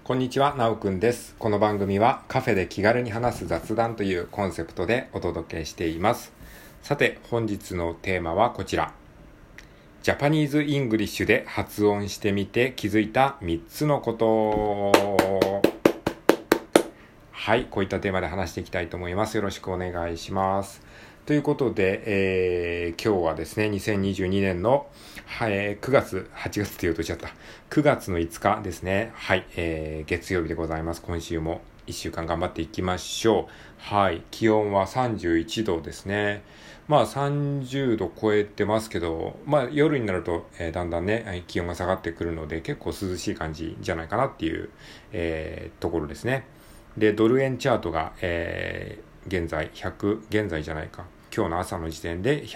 こんにちは、なおくんです。この番組はカフェで気軽に話す雑談というコンセプトでお届けしています。さて、本日のテーマはこちら。ジャパニーズ・イングリッシュで発音してみて気づいた3つのこと。はい、こういったテーマで話していきたいと思います。よろしくお願いします。ということで、今日はですね、2022年の、8月って言うとしちゃった。9月の5日ですね。はい、月曜日でございます。今週も1週間頑張っていきましょう。はい、気温は31度ですね。まあ30度超えてますけど、まあ夜になると、だんだんね、気温が下がってくるので、結構涼しい感じじゃないかなっていう、ところですね。で、ドル円チャートが、現在じゃないか。今日の朝の時点で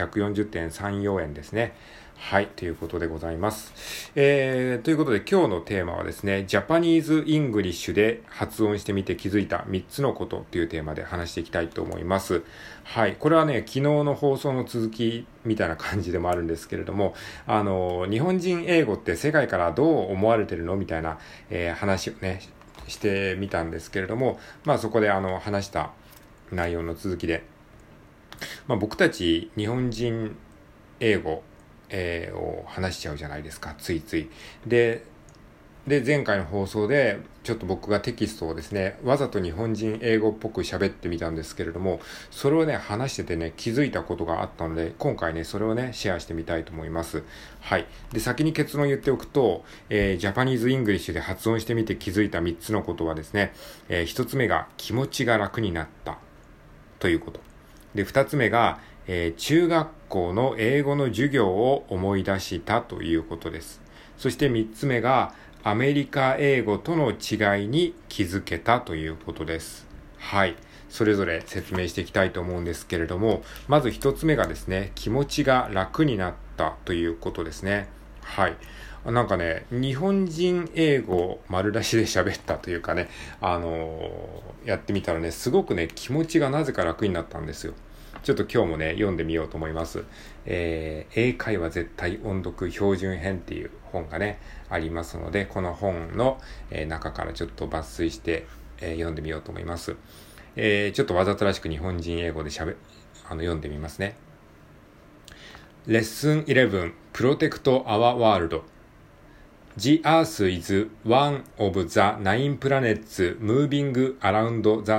140.34 円ですね。はい、ということでございます。ということで今日のテーマはですね、ジャパニーズ・イングリッシュで発音してみて気づいた3つのことというテーマで話していきたいと思います。はい、これはね、昨日の放送の続きみたいな感じでもあるんですけれども、日本人英語って世界からどう思われてるのみたいな、話をね、してみたんですけれども、まあそこで話した内容の続きで、まあ僕たち日本人英語、を話しちゃうじゃないですか、ついつい。で、前回の放送で、ちょっと僕がテキストをですね、わざと日本人英語っぽく喋ってみたんですけれども、それをね、話しててね、気づいたことがあったので、今回ね、それをね、シェアしてみたいと思います。はい。で、先に結論言っておくと、ジャパニーズ・イングリッシュで発音してみて気づいた3つのことはですね、1つ目が気持ちが楽になったということ。で、2つ目が、中学校の英語の授業を思い出したということです。そして3つ目が、アメリカ英語との違いに気づけたということです。はい。それぞれ説明していきたいと思うんですけれども、まず1つ目がですね、気持ちが楽になったということですね。はい。なんかね、日本人英語丸出しで喋ったというかね、やってみたらね、すごくね、気持ちがなぜか楽になったんですよ。ちょっと今日もね、読んでみようと思います。英会話絶対音読標準編っていう本がね、ありますので、この本の、中からちょっと抜粋して、読んでみようと思います。ちょっとわざとらしく日本人英語で読んでみますね。レッスン11 Protect Our World。The Earth is one of the 9 planets moving around the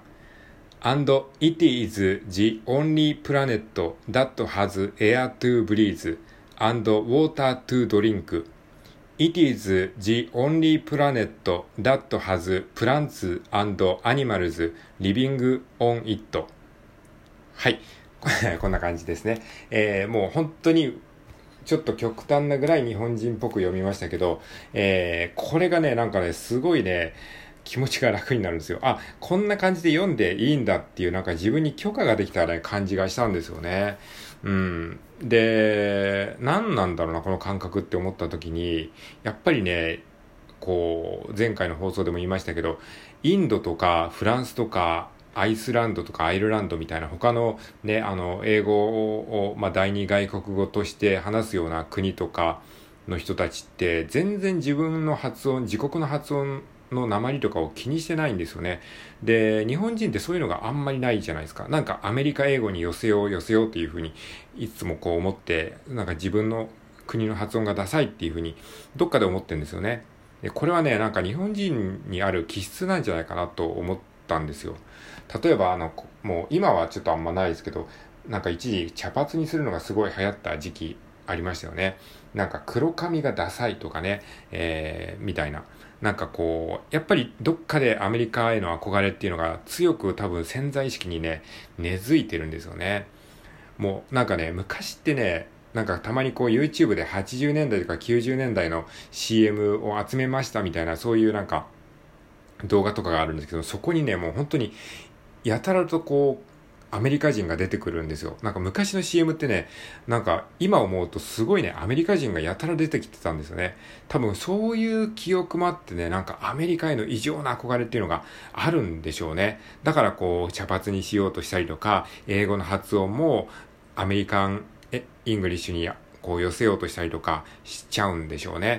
sun.And it is the only planet that has air to breathe and water to drink. It is the only planet that has plants and animals living on it. はい。こんな感じですね。もう本当にちょっと極端なぐらい日本人っぽく読みましたけど、これがね、なんかね、すごいね、気持ちが楽になるんですよ。あ、こんな感じで読んでいいんだっていうなんか自分に許可ができたね感じがしたんですよね。うん。で、何なんだろうなこの感覚って思った時に、やっぱりね、こう前回の放送でも言いましたけど、インドとかフランスとかアイスランドとかアイルランドみたいな他のね、英語を、まあ、第二外国語として話すような国とかの人たちって全然自分の発音、自国の発音の訛りとかを気にしてないんですよね。で、日本人ってそういうのがあんまりないじゃないですか。なんかアメリカ英語に寄せようっていうふうにいつもこう思って、なんか自分の国の発音がダサいっていうふうにどっかで思ってるんですよね。で、これはね、なんか日本人にある気質なんじゃないかなと思ったんですよ。例えばもう今はちょっとあんまないですけど、なんか一時茶髪にするのがすごい流行った時期ありましたよね。なんか黒髪がダサいとかね、みたいな。なんかこう、やっぱりどっかでアメリカへの憧れっていうのが強く多分潜在意識にね、根付いてるんですよね。もうなんかね、昔ってね、なんかたまにこう YouTube で80年代とか90年代の CM を集めましたみたいなそういうなんか動画とかがあるんですけど、そこにね、もう本当にやたらとこう、アメリカ人が出てくるんですよ。なんか昔の CM ってね、なんか今思うとすごいね、アメリカ人がやたら出てきてたんですよね。多分そういう記憶もあってね、なんかアメリカへの異常な憧れっていうのがあるんでしょうね。だからこう、茶髪にしようとしたりとか、英語の発音もアメリカンイングリッシュにこう寄せようとしたりとかしちゃうんでしょうね。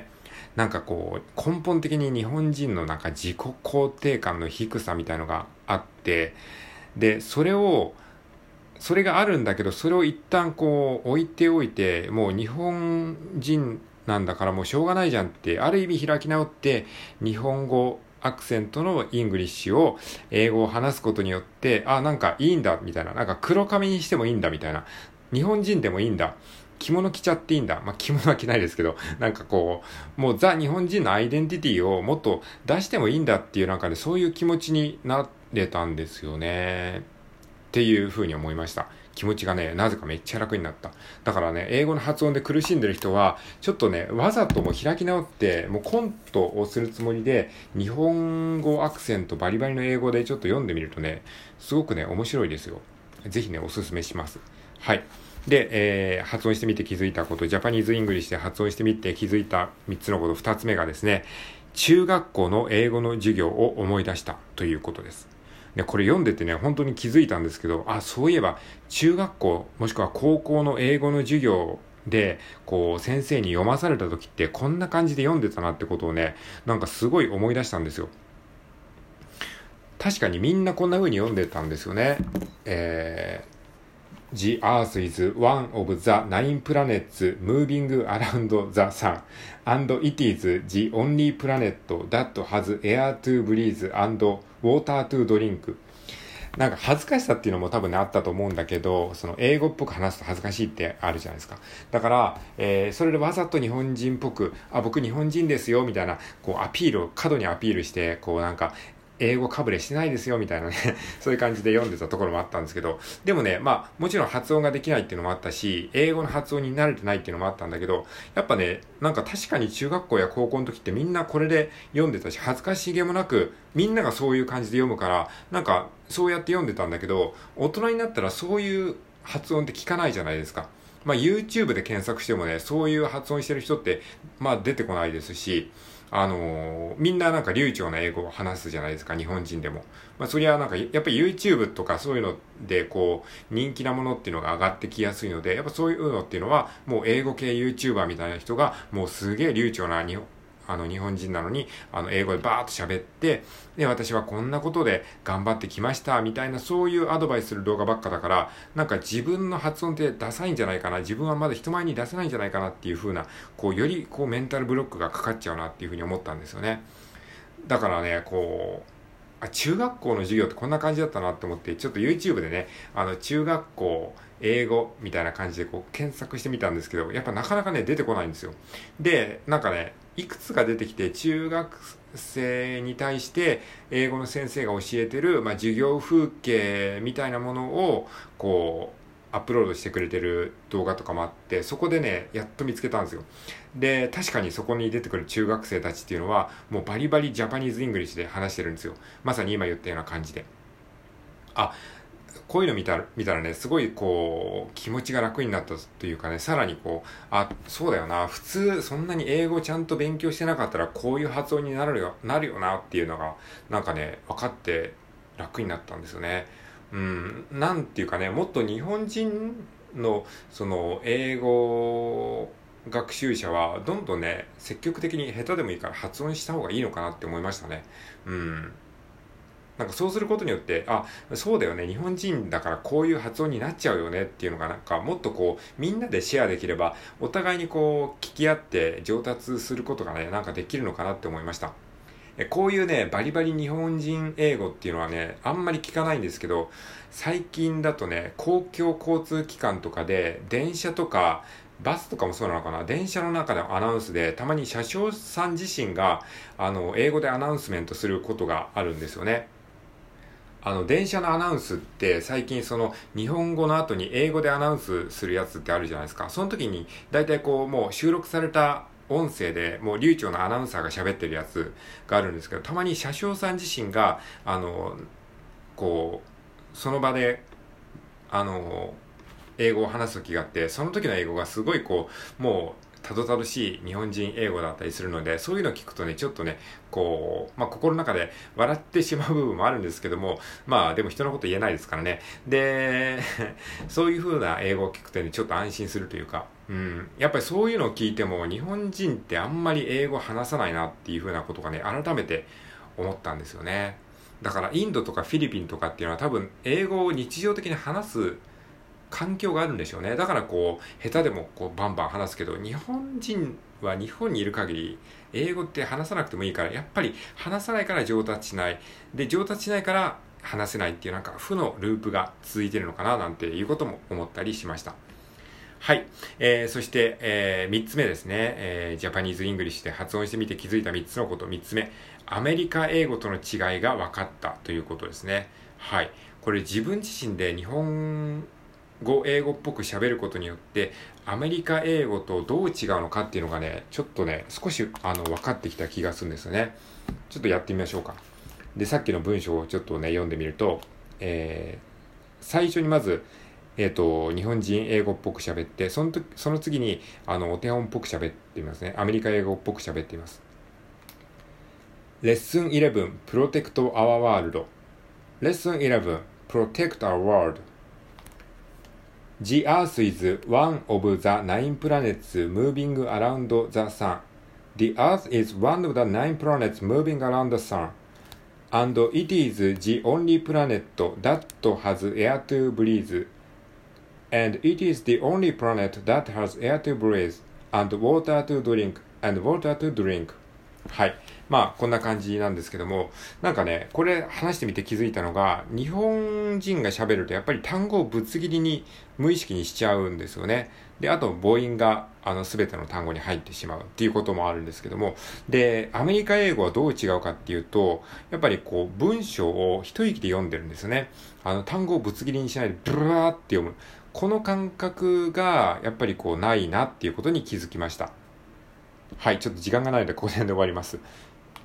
なんかこう、根本的に日本人のなんか自己肯定感の低さみたいのがあって、で、それがあるんだけど、それを一旦こう置いておいて、もう日本人なんだからもうしょうがないじゃんって、ある意味開き直って、日本語アクセントのイングリッシュを英語を話すことによって、あ、なんかいいんだみたいな、なんか黒髪にしてもいいんだみたいな、日本人でもいいんだ。着物着ちゃっていいんだ。まあ、着物は着ないですけど、なんかこう、もうザ日本人のアイデンティティをもっと出してもいいんだっていうなんかで、そういう気持ちになれたんですよね。っていう風に思いました。気持ちがね、なぜかめっちゃ楽になった。だからね、英語の発音で苦しんでる人は、ちょっとね、わざとも開き直って、もうコントをするつもりで、日本語アクセントバリバリの英語でちょっと読んでみるとね、すごくね、面白いですよ。ぜひね、おすすめします。はい。で、発音してみて気づいたこと、ジャパニーズイングリッシュで発音してみて気づいた3つのこと、2つ目がですね、中学校の英語の授業を思い出したということです。で、これ読んでてね、本当に気づいたんですけど、あ、そういえば、中学校、もしくは高校の英語の授業で、こう、先生に読まされた時って、こんな感じで読んでたなってことをね、なんかすごい思い出したんですよ。確かにみんなこんな風に読んでたんですよね。The Earth is one of the 9 planets moving around the sun, and it is the only planet that has air to breathe and water to drink. なんか恥ずかしさっていうのも多分ねあったと思うんだけど、その英語っぽく話すと恥ずかしいってあるじゃないですか。だから、それでわざと日本人っぽく、あ、僕日本人ですよみたいな、こうアピールを過度にアピールして、こうなんか英語かぶれしてないですよみたいなねそういう感じで読んでたところもあったんですけど、でもね、まあもちろん発音ができないっていうのもあったし、英語の発音に慣れてないっていうのもあったんだけど、やっぱね、なんか確かに中学校や高校の時ってみんなこれで読んでたし、恥ずかしげもなくみんながそういう感じで読むから、なんかそうやって読んでたんだけど、大人になったらそういう発音って聞かないじゃないですか。まあ YouTube で検索してもね、そういう発音してる人ってまあ出てこないですし、みんななんか流暢な英語を話すじゃないですか、日本人でも。まあ、そりゃなんか、やっぱり YouTube とかそういうので、こう、人気なものっていうのが上がってきやすいので、やっぱそういうのっていうのは、もう英語系 YouTuber みたいな人が、もうすげえ流暢な日本人なのに、英語でバーッと喋って、で、私はこんなことで頑張ってきました、みたいな、そういうアドバイスする動画ばっかだから、なんか自分の発音ってダサいんじゃないかな、自分はまだ人前に出せないんじゃないかなっていう風な、こう、よりこうメンタルブロックがかかっちゃうなっていう風に思ったんですよね。だからね、こう、中学校の授業ってこんな感じだったなって思って、ちょっと YouTube でね、中学校、英語みたいな感じでこう検索してみたんですけど、やっぱなかなかね、出てこないんですよ。で、なんかね、いくつか出てきて、中学生に対して英語の先生が教えてる、まあ、授業風景みたいなものを、こう、アップロードしてくれてる動画とかもあって、そこでね、やっと見つけたんですよ。で、確かにそこに出てくる中学生たちっていうのは、もうバリバリジャパニーズイングリッシュで話してるんですよ。まさに今言ったような感じで。あ、こういうの見たらね、すごいこう、気持ちが楽になったというかね、さらにこう、あ、そうだよな、普通そんなに英語ちゃんと勉強してなかったらこういう発音になるよなっていうのが、なんかね、分かって楽になったんですよね。うん、なんていうかね、もっと日本人のその英語学習者はどんどんね、積極的に下手でもいいから発音した方がいいのかなって思いましたね。うん。なんかそうすることによって、あ、そうだよね、日本人だからこういう発音になっちゃうよねっていうのがなんかもっとこう、みんなでシェアできれば、お互いにこう、聞き合って上達することがね、なんかできるのかなって思いました。こういうね、バリバリ日本人英語っていうのはね、あんまり聞かないんですけど、最近だとね、公共交通機関とかで、電車とか、バスとかもそうなのかな、電車の中でアナウンスで、たまに車掌さん自身が、英語でアナウンスメントすることがあるんですよね。電車のアナウンスって最近その日本語の後に英語でアナウンスするやつってあるじゃないですか。その時に大体こうもう収録された音声でもう流暢なアナウンサーが喋ってるやつがあるんですけど、たまに車掌さん自身が、こう、その場で、あの、英語を話す時があって、その時の英語がすごいこう、もう、たどたどしい日本人英語だったりするので、そういうのを聞くとね、ちょっとね、こう、まあ、心の中で笑ってしまう部分もあるんですけども、まあ、でも人のこと言えないですからね。で、そういう風な英語を聞くとね、ちょっと安心するというか、 やっぱりそういうのを聞いても、日本人ってあんまり英語話さないなっていうふうなことがね、改めて思ったんですよね。だからインドとかフィリピンとかっていうのは多分英語を日常的に話す環境があるんでしょうね。だからこう、下手でもこうバンバン話すけど、日本人は日本にいる限り、英語って話さなくてもいいから、やっぱり話さないから上達しない。で、上達しないから話せないっていうなんか負のループが続いてるのかななんていうことも思ったりしました。はい。そして、3つ目ですね。ジャパニーズ・イングリッシュで発音してみて気づいた3つのこと。3つ目。アメリカ英語との違いが分かったということですね。はい。これ自分自身で日本語、英語っぽく喋ることによって、アメリカ英語とどう違うのかっていうのがね、ちょっとね、少し分かってきた気がするんですよね。ちょっとやってみましょうか。で、さっきの文章をちょっとね、読んでみると、最初にまず、日本人英語っぽく喋って、その次に、お手本っぽく喋っていますね。アメリカ英語っぽく喋っています。レッスン11、Protect Our World。レッスン11、Protect Our World。The Earth is one of the 9 planets moving around the Sun. The Earth is one of the 9 planets moving around the Sun. And it is the only planet that has air to breathe.And it is the only planet that has air to breathe and water to drink. はい。まあ、こんな感じなんですけども、なんかね、これ話してみて気づいたのが、日本人が喋るとやっぱり単語をぶつ切りに無意識にしちゃうんですよね。で、あと母音がすべての単語に入ってしまうっていうこともあるんですけども、で、アメリカ英語はどう違うかっていうと、やっぱりこう文章を一息で読んでるんですよね。単語をぶつ切りにしないでブラーって読む。この感覚がやっぱりこうないなっていうことに気づきました。はい、ちょっと時間がないのでここら辺で終わります。